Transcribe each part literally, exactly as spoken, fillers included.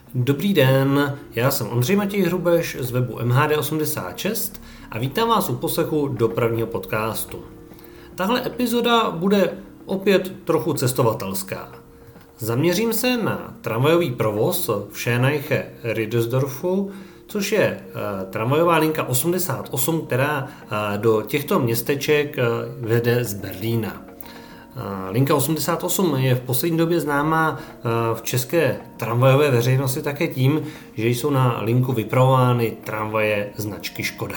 Dobrý den, já jsem Ondřej Matěj Hrubeš z webu M H D osmdesát šest a vítám vás u poslechu dopravního podcastu. Tahle epizoda bude opět trochu cestovatelská. Zaměřím se na tramvajový provoz v Schöneiche-Riedersdorfu, což je e, tramvajová linka osmdesát osm, která e, do těchto městeček e, vede z Berlína. Linka osmdesát osm je v poslední době známá v české tramvajové veřejnosti také tím, že jsou na linku vypravovány tramvaje značky Škoda.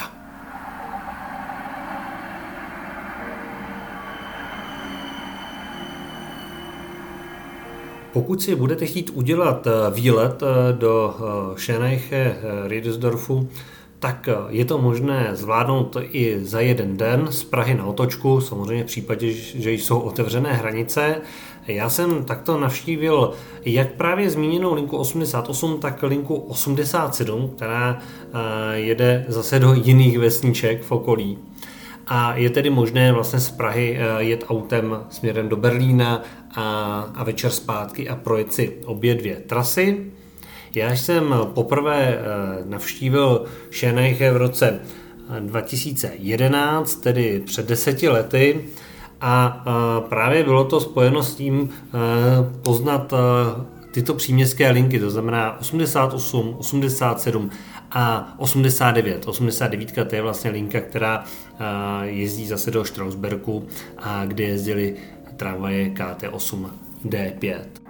Pokud si budete chtít udělat výlet do Schöneiche-Riedersdorfu, tak je to možné zvládnout i za jeden den z Prahy na Otočku, samozřejmě v případě, že jsou otevřené hranice. Já jsem takto navštívil jak právě zmíněnou linku osmdesát osm, tak linku osmdesát sedm, která jede zase do jiných vesniček v okolí. A je tedy možné vlastně z Prahy jet autem směrem do Berlína a, a večer zpátky a projet si obě dvě trasy. Já jsem poprvé navštívil Schöneiche v roce dva tisíce jedenáct, tedy před deseti lety, a právě bylo to spojeno s tím poznat tyto příměstské linky, to znamená osmdesát osm, osmdesát sedm a osmdesát devět. osmdesát devět to je vlastně linka, která jezdí zase do Strausbergu, a kde jezdily tramvaje K T osm D pět.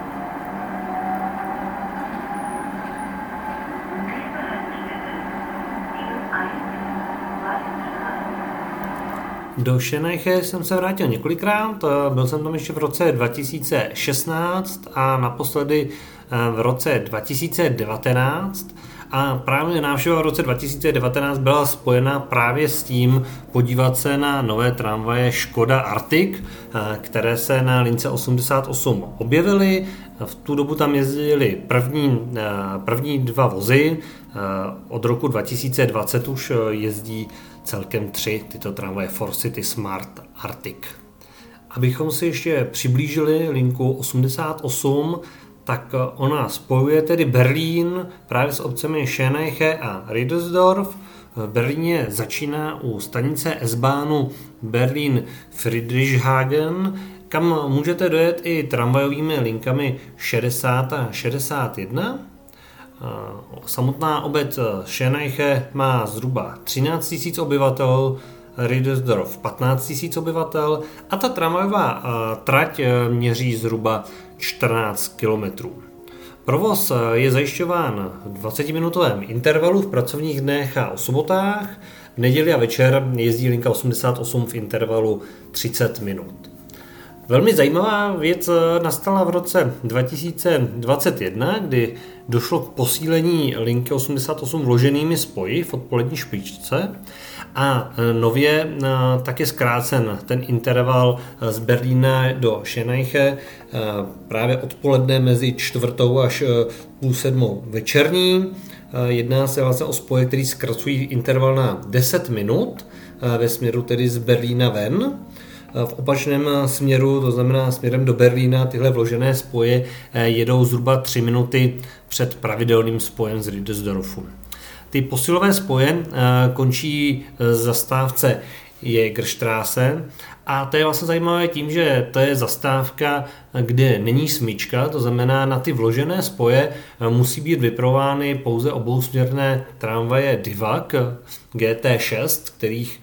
Do Schöneiche jsem se vrátil několikrát, byl jsem tam ještě v roce dva tisíce šestnáct a naposledy v roce dva tisíce devatenáct. A právě návštěva v roce dva tisíce devatenáct byla spojena právě s tím podívat se na nové tramvaje Škoda Arctic, které se na lince osmdesát osm objevily. V tu dobu tam jezdily první, první dva vozy, od roku dva tisíce dvacet už jezdí celkem tři tyto tramvaje ForCity Smart Arctic. Abychom si ještě přiblížili linku osmdesát osm, tak ona spojuje tedy Berlín právě s obcemi Schöneiche a Riedersdorf. V Berlíně začíná u stanice S-Bahnu Berlin-Friedrichshagen, kam můžete dojet i tramvajovými linkami šedesát a šedesát jedna. Samotná obec Schöneiche má zhruba třináct tisíc obyvatel, Riedersdorf patnáct tisíc obyvatel a ta tramvajová trať měří zhruba čtrnáct kilometrů. Provoz je zajišťován v dvacetiminutovém intervalu v pracovních dnech a o sobotách. V neděli a večer jezdí linka osmdesát osm v intervalu třicet minut. Velmi zajímavá věc nastala v roce dva tisíce dvacet jedna, kdy došlo k posílení linky osmdesát osm vloženými spoji v odpolední špičce a nově tak je zkrácen ten interval z Berlína do Schöneiche právě odpoledne mezi čtvrtou až půl sedmou večerní. Jedná se vlastně o spoje, který zkracují interval na deset minut ve směru tedy z Berlína ven. V opačném směru, to znamená směrem do Berlína, tyhle vložené spoje jedou zhruba tři minuty před pravidelným spojem z Riedersdorfu. Ty posilové spoje končí zastávce Jägerstraße a to je vlastně zajímavé tím, že to je zastávka, kde není smyčka, to znamená na ty vložené spoje musí být vypravovány pouze obousměrné tramvaje Divak G T šest, kterých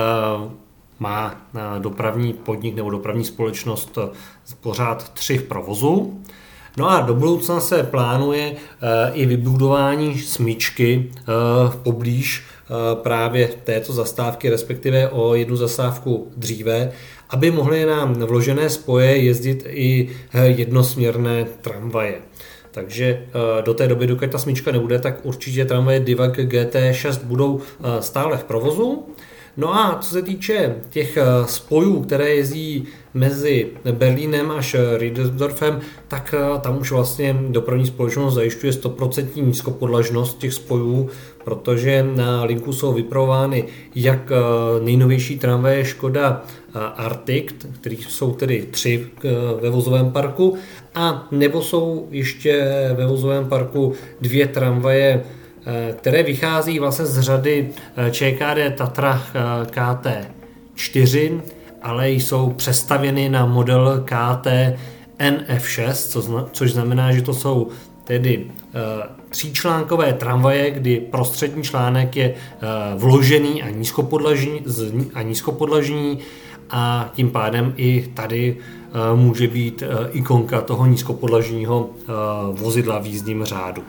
má dopravní podnik nebo dopravní společnost pořád tři v provozu. No a do budoucna se plánuje i vybudování smyčky poblíž právě této zastávky, respektive o jednu zastávku dříve, aby mohly na vložené spoje jezdit i jednosměrné tramvaje. Takže do té doby, dokud ta smyčka nebude, tak určitě tramvaje Divak G T šest budou stále v provozu. No a co se týče těch spojů, které jezdí mezi Berlínem až Riedersdorfem, tak tam už vlastně dopravní společnost zajišťuje sto procent nízkopodlažnost těch spojů, protože na linku jsou vypravovány jak nejnovější tramvaje Škoda Arctic, kterých jsou tedy tři ve vozovém parku, a nebo jsou ještě ve vozovém parku dvě tramvaje, které vychází vlastně z řady ČKD Tatra K T čtyři, ale jsou přestavěny na model K T N F šest, což znamená, že to jsou tedy tříčlánkové tramvaje, kdy prostřední článek je vložený a nízkopodlažní, a nízkopodlažní a tím pádem i tady může být ikonka toho nízkopodlažního vozidla v jízdním řádu.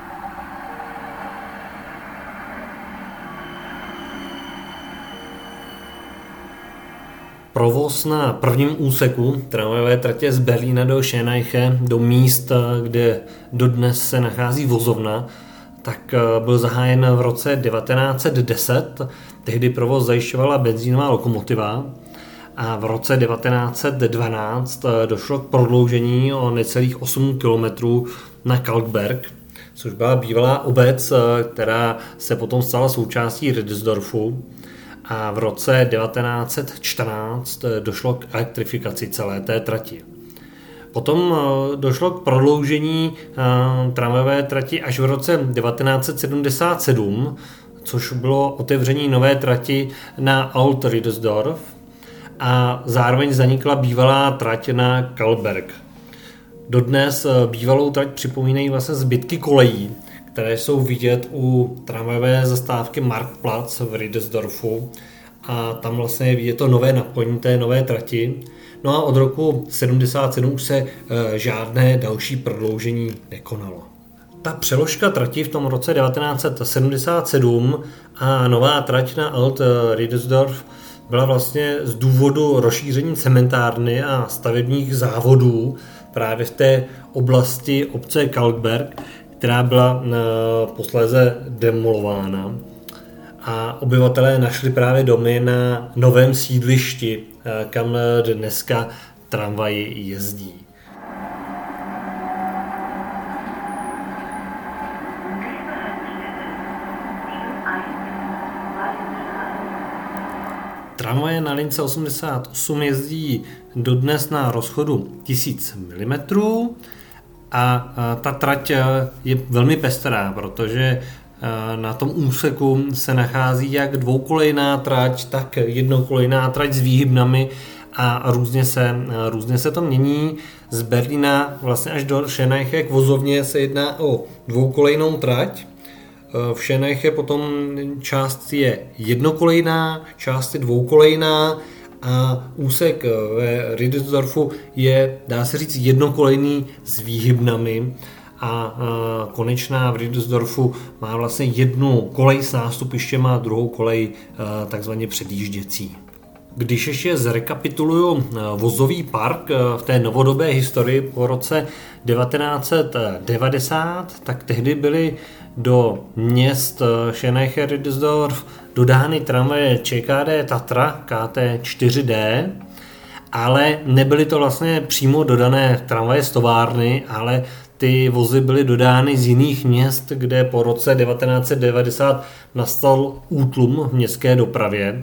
Provoz na prvním úseku tramvajové tratě z Berlína do Schöneiche, do míst, kde dodnes se nachází vozovna, tak byl zahájen v roce devatenáct set deset. Tehdy provoz zajišťovala benzínová lokomotiva a v roce devatenáct set dvanáct došlo k prodloužení o necelých osm kilometrů na Kalkberg, což byla bývalá obec, která se potom stala součástí Riedersdorfu. A v roce devatenáct set čtrnáct došlo k elektrifikaci celé té trati. Potom došlo k prodloužení tramvajové trati až v roce devatenáct set sedmdesát sedm, což bylo otevření nové trati na Alt Riedersdorf, a zároveň zanikla bývalá trať na Kalkberg. Dodnes bývalou trať připomínají vlastně zbytky kolejí, které jsou vidět u tramvajové zastávky Marktplatz v Riedersdorfu, a tam vlastně je vidět to nové napojení té nové trati. No a od roku sedmdesát sedm už se e, žádné další prodloužení nekonalo. Ta přeložka trati v tom roce devatenáct set sedmdesát sedm a nová trať na Alt Riedersdorf byla vlastně z důvodu rozšíření cementárny a stavebních závodů právě v té oblasti obce Kalkberg, která byla posléze demolována, a obyvatelé našli právě domy na novém sídlišti, kam dneska tramvaji jezdí. Tramvaje na lince osmdesát osm jezdí dodnes na rozchodu tisíc milimetrů a ta trať je velmi pestrá, protože na tom úseku se nachází jak dvoukolejná trať, tak jednokolejná trať s výhybnami a různě se, různě se to mění. Z Berlína vlastně až do Schöneiche k vozovně se jedná o dvoukolejnou trať. V Schöneiche potom část je jednokolejná, část je dvoukolejná a úsek ve Riedersdorfu je, dá se říct, jednokolejný s výhybnami, a konečná v Riedersdorfu má vlastně jednu kolej s nástupištěm a druhou kolej takzvaně předjížděcí. Když ještě zrekapituluju vozový park v té novodobé historii po roce devatenáct set devadesát, tak tehdy byly do měst Schöneiche Riedersdorf dodány tramvaje ČKD Tatra K T čtyři D, ale nebyly to vlastně přímo dodané tramvaje z továrny, ale ty vozy byly dodány z jiných měst, kde po roce devatenáct set devadesát nastal útlum v městské dopravě.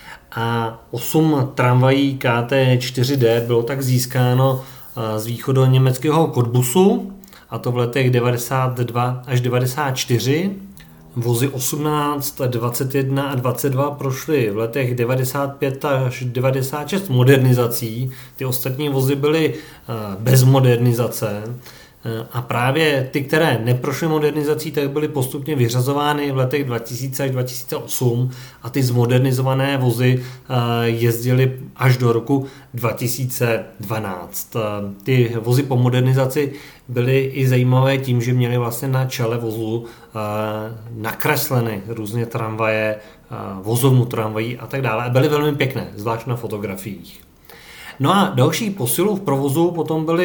A osm tramvají K T čtyři D bylo tak získáno z východoněmeckého Cottbusu, a to v letech devadesát dva až devadesát čtyři. Vozy osmnáct, dvacet jedna a dvacet dva prošly v letech devadesát pět až devadesát šest modernizací. Ty ostatní vozy byly bez modernizace. A právě ty, které neprošly modernizací, tak byly postupně vyřazovány v letech dva tisíce až dva tisíce osm a ty zmodernizované vozy jezdily až do roku dva tisíce dvanáct. Ty vozy po modernizaci byly i zajímavé tím, že měly vlastně na čele vozu nakresleny různě tramvaje, vozovnu tramvají a tak dále. A byly velmi pěkné, zvlášť na fotografiích. No a další posilou v provozu potom byly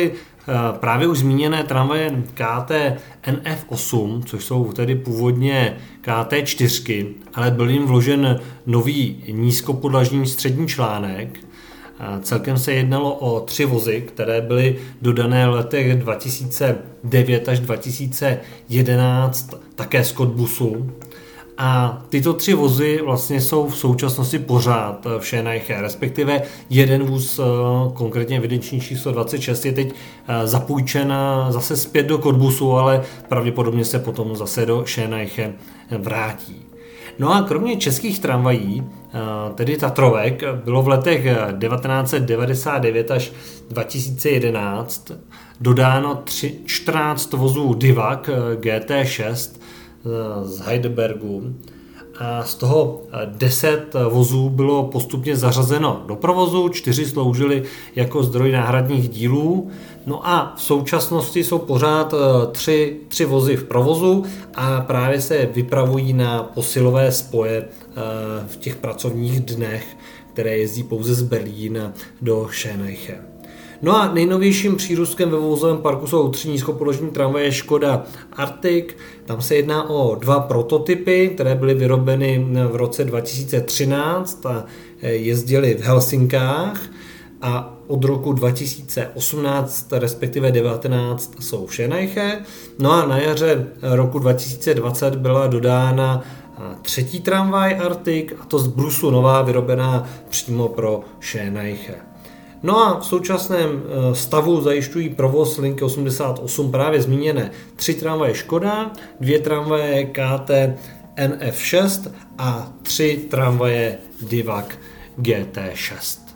právě už zmíněné tramvaje K T N F osm, což jsou tedy původně K T čtyři, ale byl jim vložen nový nízkopodlažní střední článek. Celkem se jednalo o tři vozy, které byly dodané v letech dva tisíce devět až dva tisíce jedenáct také z Cottbusu. A tyto tři vozy vlastně jsou v současnosti pořád v Scheneiche, respektive jeden vůz, konkrétně evidenční číslo dvacet šest, je teď zapůjčen zase zpět do Cottbusu, ale pravděpodobně se potom zase do Scheneiche vrátí. No a kromě českých tramvají, tedy Tatrovek, bylo v letech devatenáct set devadesát devět až dva tisíce jedenáct dodáno čtrnáct vozů Divak G T šest z Heidelbergu a z toho deset vozů bylo postupně zařazeno do provozu, čtyři sloužily jako zdroj náhradních dílů, no a v současnosti jsou pořád tři, tři vozy v provozu a právě se vypravují na posilové spoje v těch pracovních dnech, které jezdí pouze z Berlína do Scheneiche. No a nejnovějším přírůstkem ve vozovém parku jsou tři nízkopodlažní tramvaje Škoda Arctic. Tam se jedná o dva prototypy, které byly vyrobeny v roce dva tisíce třináct a jezdily v Helsinkách a od roku dva tisíce osmnáct, respektive devatenáct jsou v Scheneiche. No a na jaře roku dva tisíce dvacet byla dodána třetí tramvaj Arctic, a to z brusu nová, vyrobená přímo pro Scheneiche. No a v současném stavu zajišťují provoz linky osmdesát osm právě zmíněné tři tramvaje Škoda, dvě tramvaje K T N F šest a tři tramvaje Divak G T šest.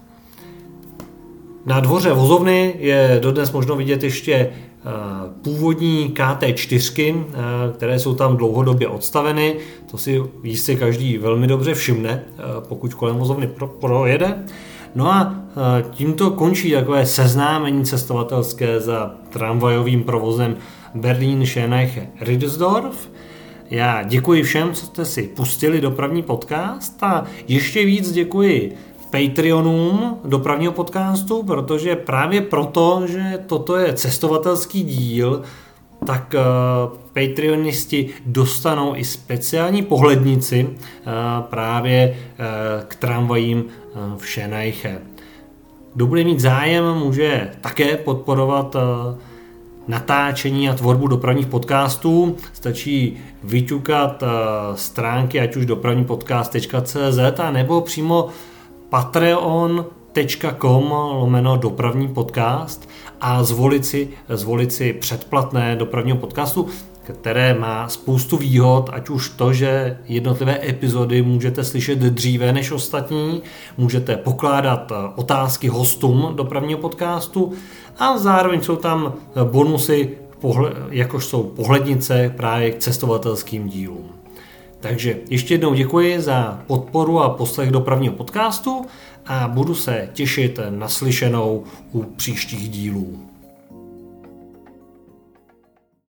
Na dvoře vozovny je dodnes možno vidět ještě původní K T čtyři, které jsou tam dlouhodobě odstaveny. To si jistě každý velmi dobře všimne, pokud kolem vozovny projede. No a tímto končí takové seznámení cestovatelské za tramvajovým provozem Berlín, Scheneiche, Riedersdorf. Já děkuji všem, co jste si pustili dopravní podcast, a ještě víc děkuji Patreonům dopravního podcastu, protože právě proto, že toto je cestovatelský díl, tak uh, Patreonisti dostanou i speciální pohlednici uh, právě uh, k tramvajím uh, v Scheneiche. Kdo bude mít zájem, může také podporovat uh, natáčení a tvorbu dopravních podcastů. Stačí vyťukat uh, stránky ať už dopravní podcast tečka cé zet a nebo přímo patreon tečka com lomeno dopravní podcast a zvolit si, zvolit si předplatné dopravního podcastu, které má spoustu výhod, ať už to, že jednotlivé epizody můžete slyšet dříve než ostatní, můžete pokládat otázky hostům dopravního podcastu a zároveň jsou tam bonusy, jakož jsou pohlednice právě k cestovatelským dílům. Takže ještě jednou děkuji za podporu a poslech dopravního podcastu a budu se těšit na slyšenou u příštích dílů.